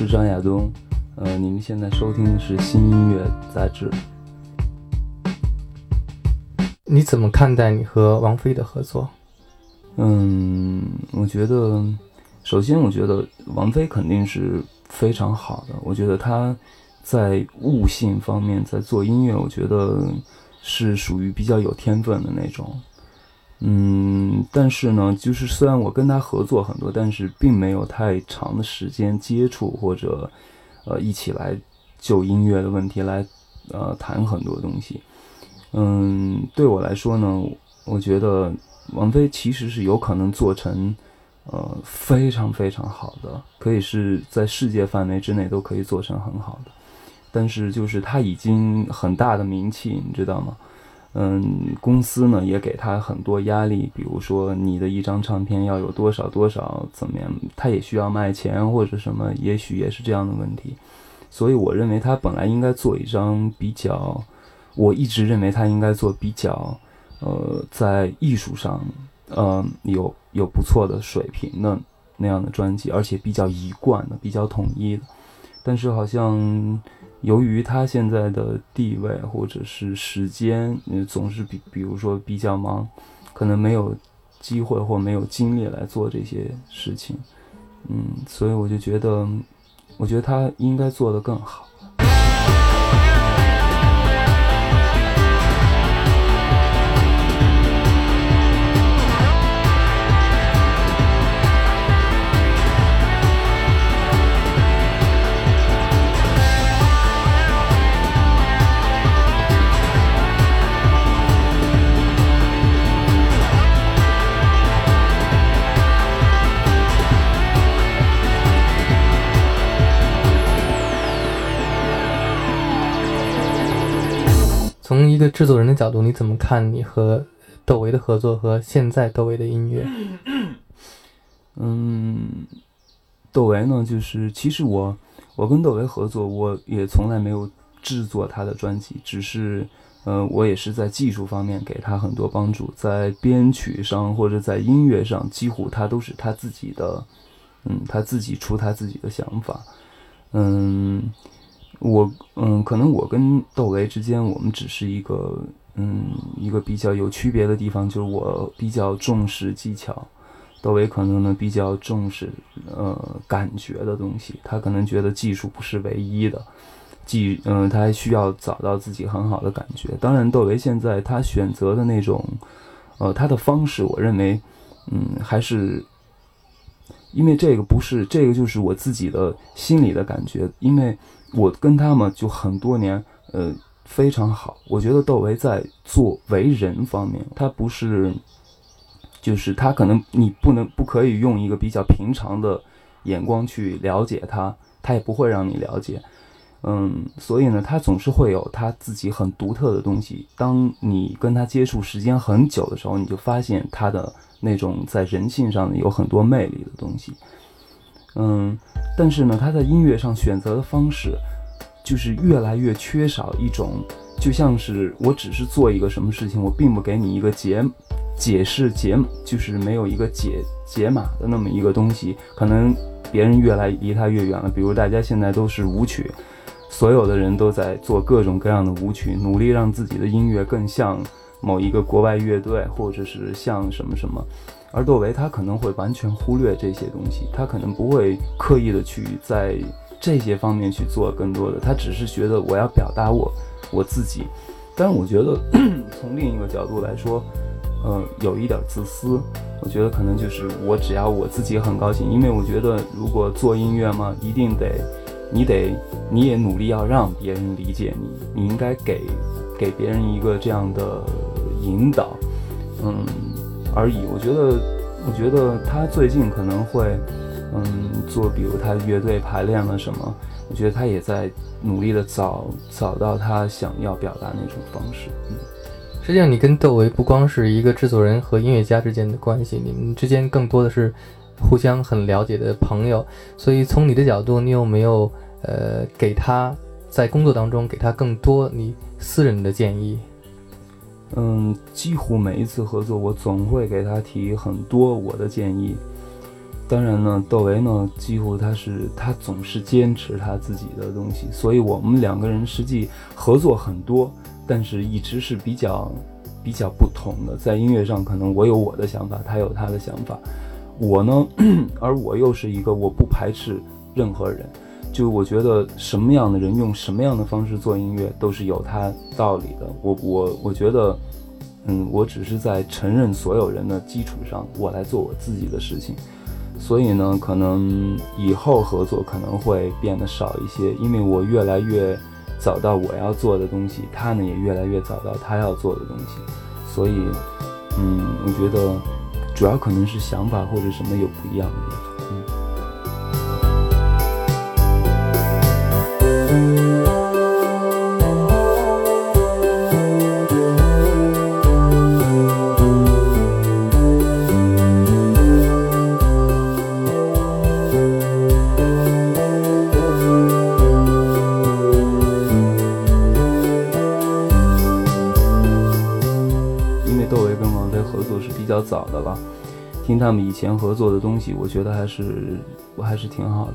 是张亚东，你们现在收听的是新音乐杂志。 你怎么看待你和王菲的合作？ 我觉得，首先我觉得王菲肯定是非常好的，我觉得她在悟性方面，在做音乐，我觉得是属于比较有天分的那种。但是呢，就是虽然我跟他合作很多，但是并没有太长的时间接触，或者一起来就音乐的问题来谈很多东西。对我来说呢，我觉得王菲其实是有可能做成非常非常好的，可以是在世界范围之内都可以做成很好的。但是就是她已经很大的名气，你知道吗？公司呢也给他很多压力，比如说你的一张唱片要有多少多少怎么样，他也需要卖钱或者什么，也许也是这样的问题。所以我认为他本来应该做一张比较，我一直认为他应该做比较在艺术上有不错的水平的那样的专辑，而且比较一贯的，比较统一的。但是好像由于他现在的地位或者是时间，总是比如说比较忙，可能没有机会或没有精力来做这些事情。所以我觉得他应该做得更好。 从一个制作人的角度，你怎么看你和窦唯的合作和现在窦唯的音乐？ 窦唯呢，就是其实我跟窦唯合作，我也从来没有制作他的专辑，只是我也是在技术方面给他很多帮助，在编曲上或者在音乐上，几乎他都是他自己的，他自己出他自己的想法。可能我跟窦唯之间，我们只是一个比较有区别的地方，就是我比较重视技巧，窦唯可能呢比较重视感觉的东西，他可能觉得技术不是唯一的，他还需要找到自己很好的感觉。当然，窦唯现在他选择的那种他的方式，我认为还是。因为这个就是我自己的心里的感觉，因为我跟他们就很多年，非常好。我觉得窦唯在做为人方面，他不是，就是他可能你不可以用一个比较平常的眼光去了解他，他也不会让你了解。所以呢，他总是会有他自己很独特的东西。当你跟他接触时间很久的时候，你就发现他的那种在人性上有很多魅力的东西。但是呢，他在音乐上选择的方式，就是越来越缺少一种，就像是我只是做一个什么事情，我并不给你一个解释就是没有一个解码的那么一个东西，可能别人越来离他越远了。比如大家现在都是舞曲。所有的人都在做各种各样的舞曲，努力让自己的音乐更像某一个国外乐队，或者是像什么什么。而窦唯他可能会完全忽略这些东西，他可能不会刻意的去在这些方面去做更多的，他只是觉得我要表达我自己。但是我觉得从另一个角度来说，有一点自私。我觉得可能就是只要我自己很高兴，因为我觉得如果做音乐嘛，一定得你也努力要让别人理解你，你应该给别人一个这样的引导，而已。我觉得他最近可能会，做比如他乐队排练了什么，我觉得他也在努力的找到他想要表达那种方式。 实际上，你跟窦唯不光是一个制作人和音乐家之间的关系，你们之间更多的是互相很了解的朋友。所以从你的角度，你有没有给他在工作当中给他更多你私人的建议？ 几乎每一次合作，我总会给他提很多我的建议。 当然呢，窦唯呢，几乎他总是坚持他自己的东西，所以我们两个人实际合作很多，但是一直是比较不同的。在音乐上，可能我有我的想法，他有他的想法。我呢，而我又是一个我不排斥任何人，就我觉得什么样的人用什么样的方式做音乐都是有他道理的。我觉得，我只是在承认所有人的基础上，我来做我自己的事情。所以呢，可能以后合作可能会变得少一些，因为我越来越找到我要做的东西，他呢也越来越找到他要做的东西。所以，我觉得主要可能是想法或者什么有不一样的地方。比较早的了，听他们以前合作的东西，我觉得还是挺好的。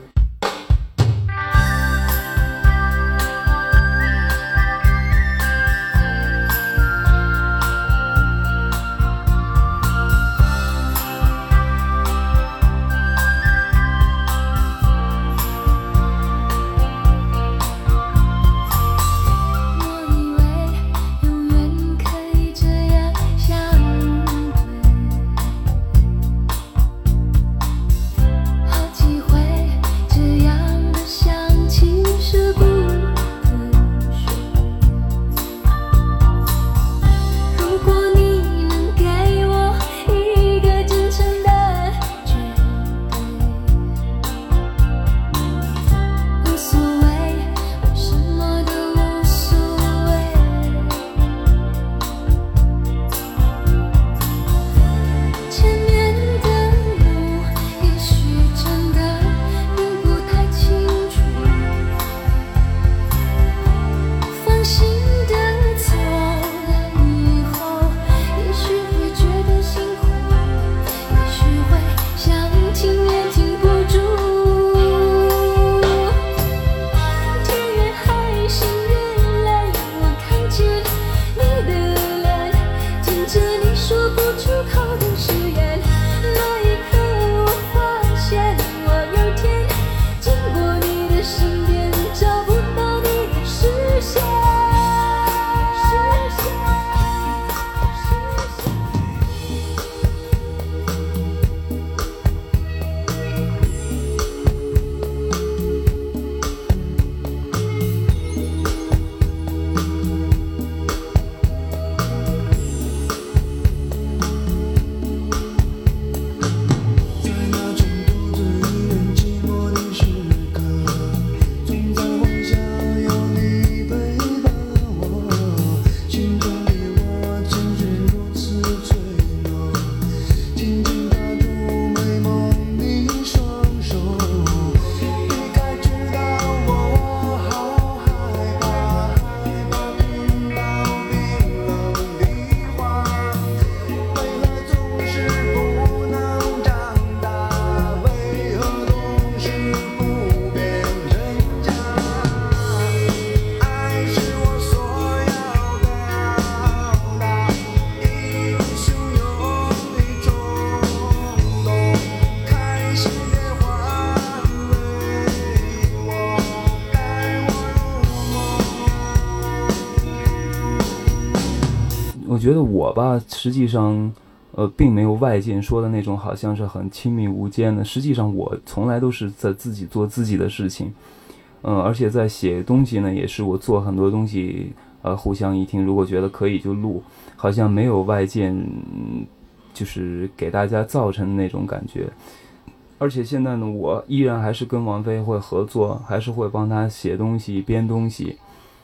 我觉得我吧，实际上，并没有外界说的那种好像是很亲密无间的。实际上，我从来都是在自己做自己的事情，而且在写东西呢，也是我做很多东西，互相一听，如果觉得可以就录，好像没有外界，就是给大家造成的那种感觉。而且现在呢，我依然还是跟王菲会合作，还是会帮她写东西、编东西，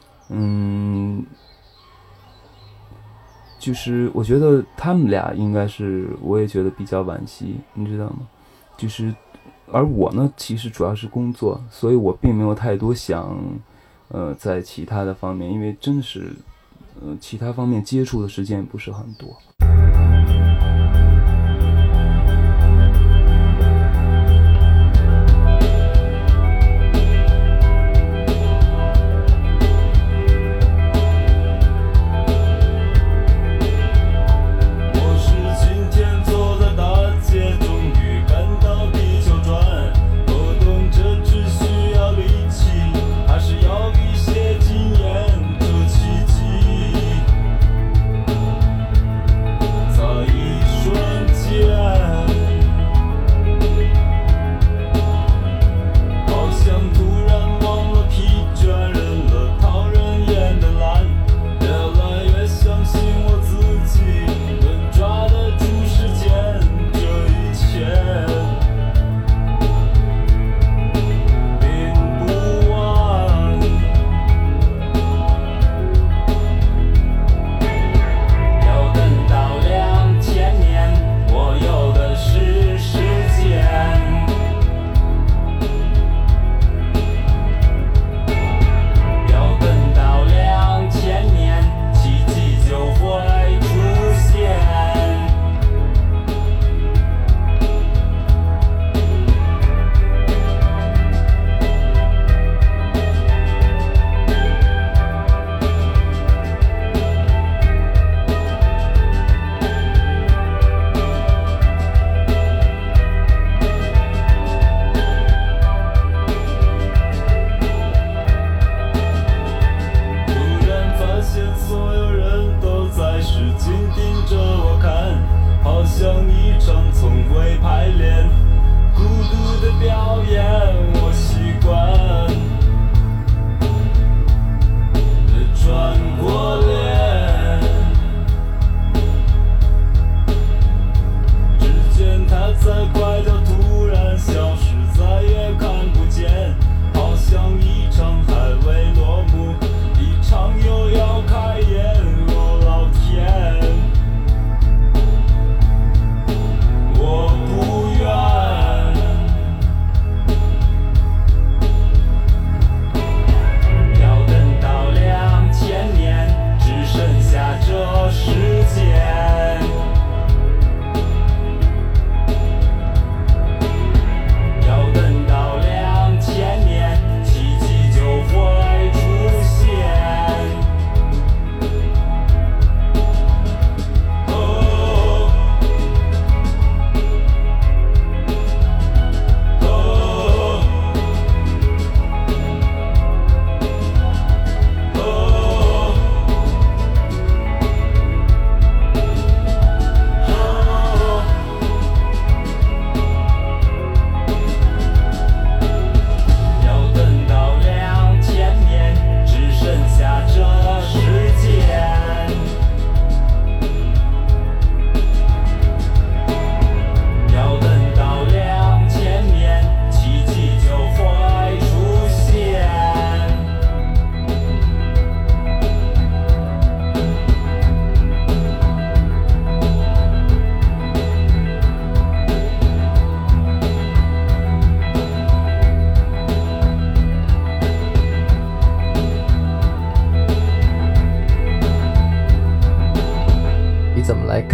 就是我觉得他们俩应该是，我也觉得比较惋惜，你知道吗？就是，而我呢，其实主要是工作，所以我并没有太多想，在其他的方面，因为真是，其他方面接触的时间也不是很多。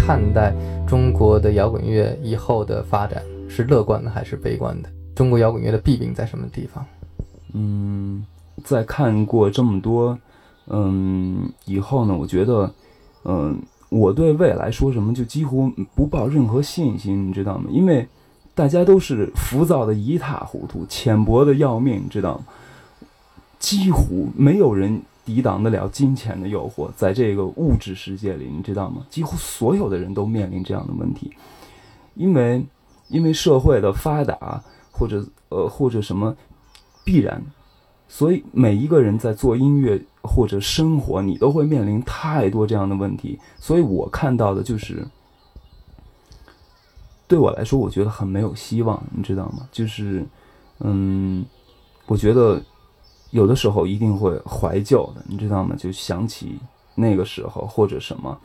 看待中国的摇滚乐以后的发展？是乐观的还是悲观的？中国摇滚乐的弊病在什么地方？ 在看过这么多以后呢，我觉得我对未来说什么就几乎不抱任何信心，你知道吗？因为大家都是浮躁的一塌糊涂，浅薄的要命，知道吗？几乎没有人抵挡得了金钱的诱惑，在这个物质世界里，你知道吗？几乎所有的人都面临这样的问题，因为社会的发达或者什么必然，所以每一个人在做音乐或者生活，你都会面临太多这样的问题。所以我看到的就是，对我来说，我觉得很没有希望，你知道吗？就是我觉得有的时候一定会怀旧的，你知道吗？就想起那个时候或者什么，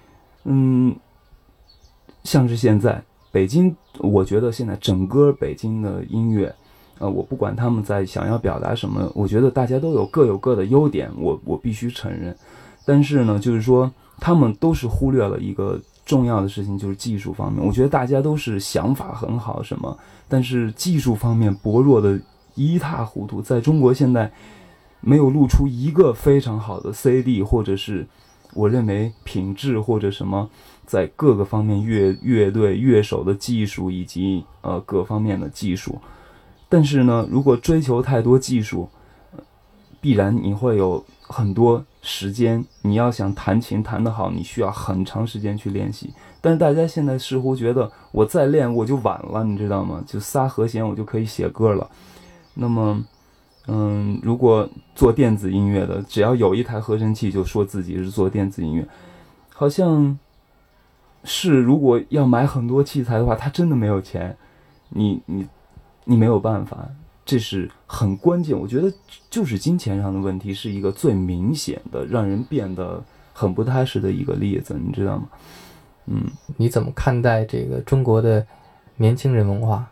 像是现在北京，我觉得现在整个北京的音乐，我不管他们在想要表达什么，我觉得大家都各有各的优点，我必须承认。但是呢，就是说他们都是忽略了一个重要的事情，就是技术方面。我觉得大家都是想法很好什么，但是技术方面薄弱的一塌糊涂。在中国现在没有录出一个非常好的 CD， 或者是我认为品质或者什么在各个方面乐队乐手的技术以及各方面的技术。但是呢，如果追求太多技术，必然你会有很多时间，你要想弹琴弹得好，你需要很长时间去练习。但是大家现在似乎觉得我再练我就晚了，你知道吗？就仨和弦我就可以写歌了。那么如果做电子音乐的，只要有一台合成器就说自己是做电子音乐，好像是如果要买很多器材的话，他真的没有钱，你没有办法，这是很关键。我觉得就是金钱上的问题是一个最明显的让人变得很不踏实的一个例子，你知道吗？ 你怎么看待这个中国的年轻人文化？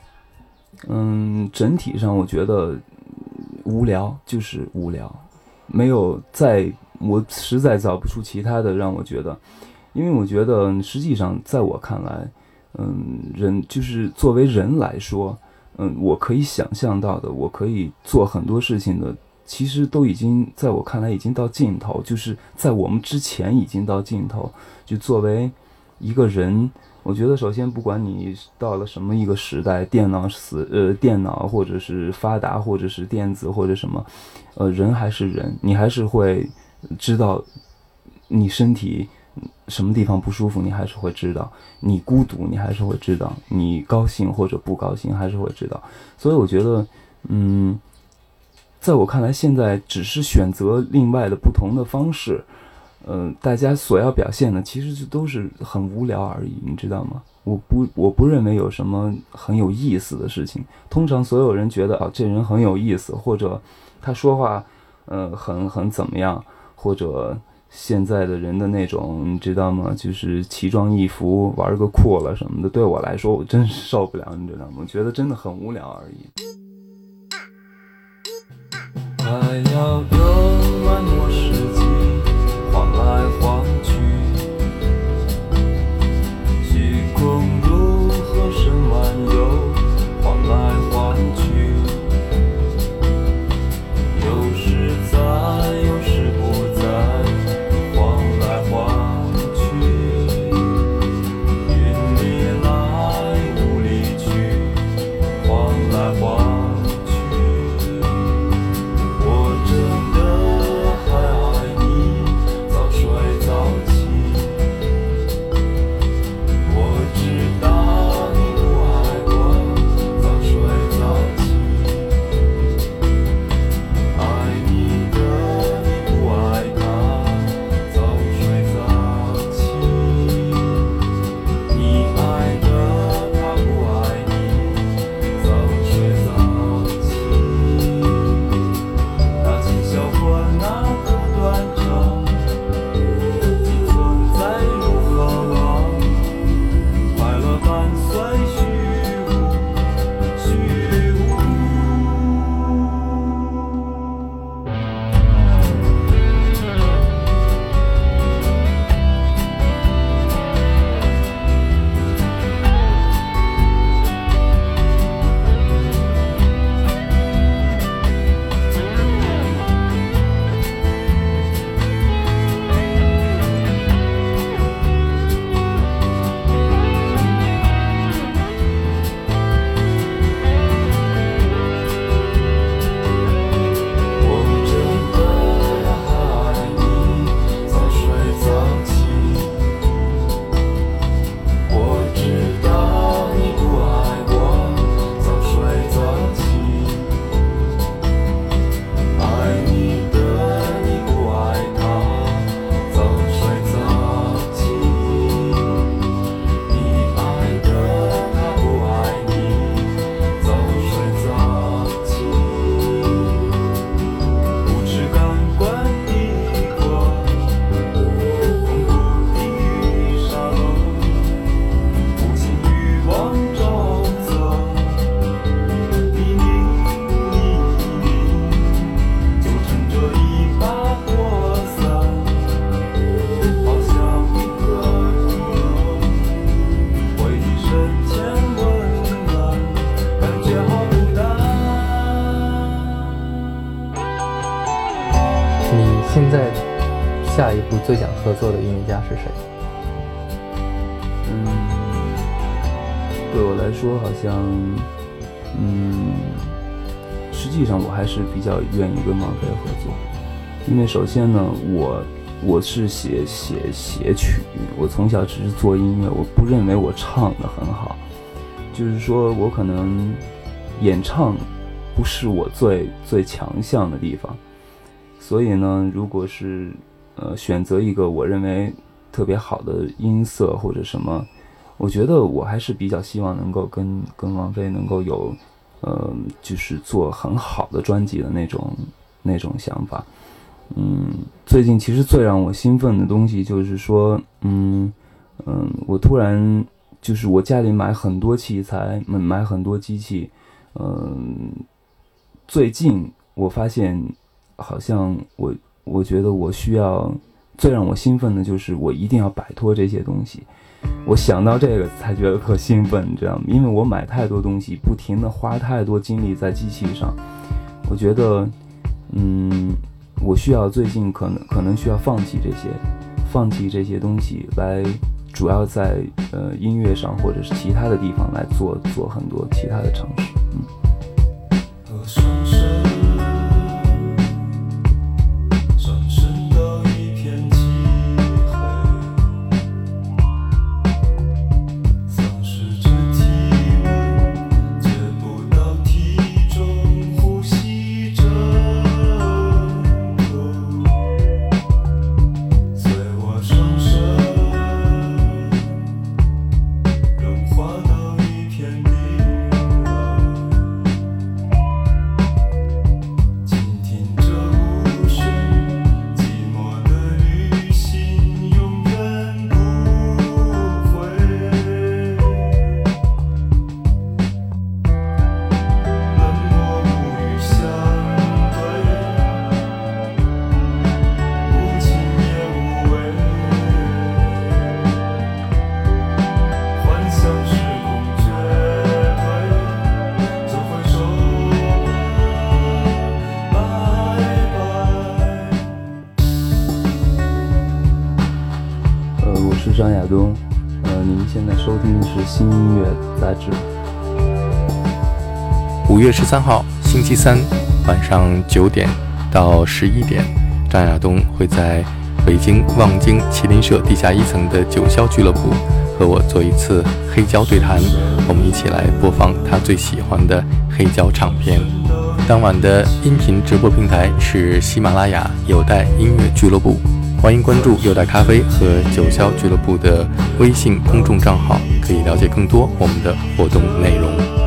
整体上我觉得无聊，就是无聊，没有我实在找不出其他的让我觉得，因为我觉得实际上在我看来，人就是作为人来说，我可以想象到的，我可以做很多事情的，其实都已经在我看来已经到尽头，就是在我们之前已经到尽头。就作为一个人，我觉得首先不管你到了什么一个时代，电脑或者是发达或者是电子或者什么，人还是人，你还是会知道你身体什么地方不舒服，你还是会知道，你孤独你还是会知道，你高兴或者不高兴还是会知道。所以我觉得在我看来现在只是选择另外的不同的方式，大家所要表现的其实就都是很无聊而已，你知道吗？我不认为有什么很有意思的事情。通常所有人觉得这人很有意思，或者他说话很怎么样，或者现在的人的那种你知道吗，就是奇装异服玩个酷了什么的，对我来说我真是受不了，你知道吗？我觉得真的很无聊而已。 还要有万多世纪晃来晃去，去公路和深湾游晃来晃去，有时在有时不在晃来晃去，云里来雾里去晃来晃去，我真的还爱你，早睡早现在下一步最想合作的音乐家是谁？ 对我来说好像，实际上我还是比较愿意跟王菲合作，因为首先呢，我是写曲，我从小只是做音乐，我不认为我唱得很好，就是说我可能演唱不是我最强项的地方，所以呢，如果是选择一个我认为特别好的音色或者什么，我觉得我还是比较希望能够跟王菲能够有就是做很好的专辑的那种想法。最近其实最让我兴奋的东西就是说，我突然就是我家里买很多器材，买很多机器，最近我发现好像我觉得我需要，最让我兴奋的就是我一定要摆脱这些东西。我想到这个才觉得特兴奋，你知道吗？因为我买太多东西，不停的花太多精力在机器上，我觉得我需要最近可能需要放弃这些东西，来主要在音乐上或者是其他的地方来做很多其他的尝试。张亚东，您现在收听的是新音乐杂志。 5月13号星期三晚上9点到11点，张亚东会在北京望京麒麟社地下1层的九霄俱乐部和我做一次黑胶对谈，我们一起来播放他最喜欢的黑胶唱片。当晚的音频直播平台是喜马拉雅有待音乐俱乐部，欢迎关注有待咖啡和九霄俱乐部的微信公众账号，可以了解更多我们的活动内容。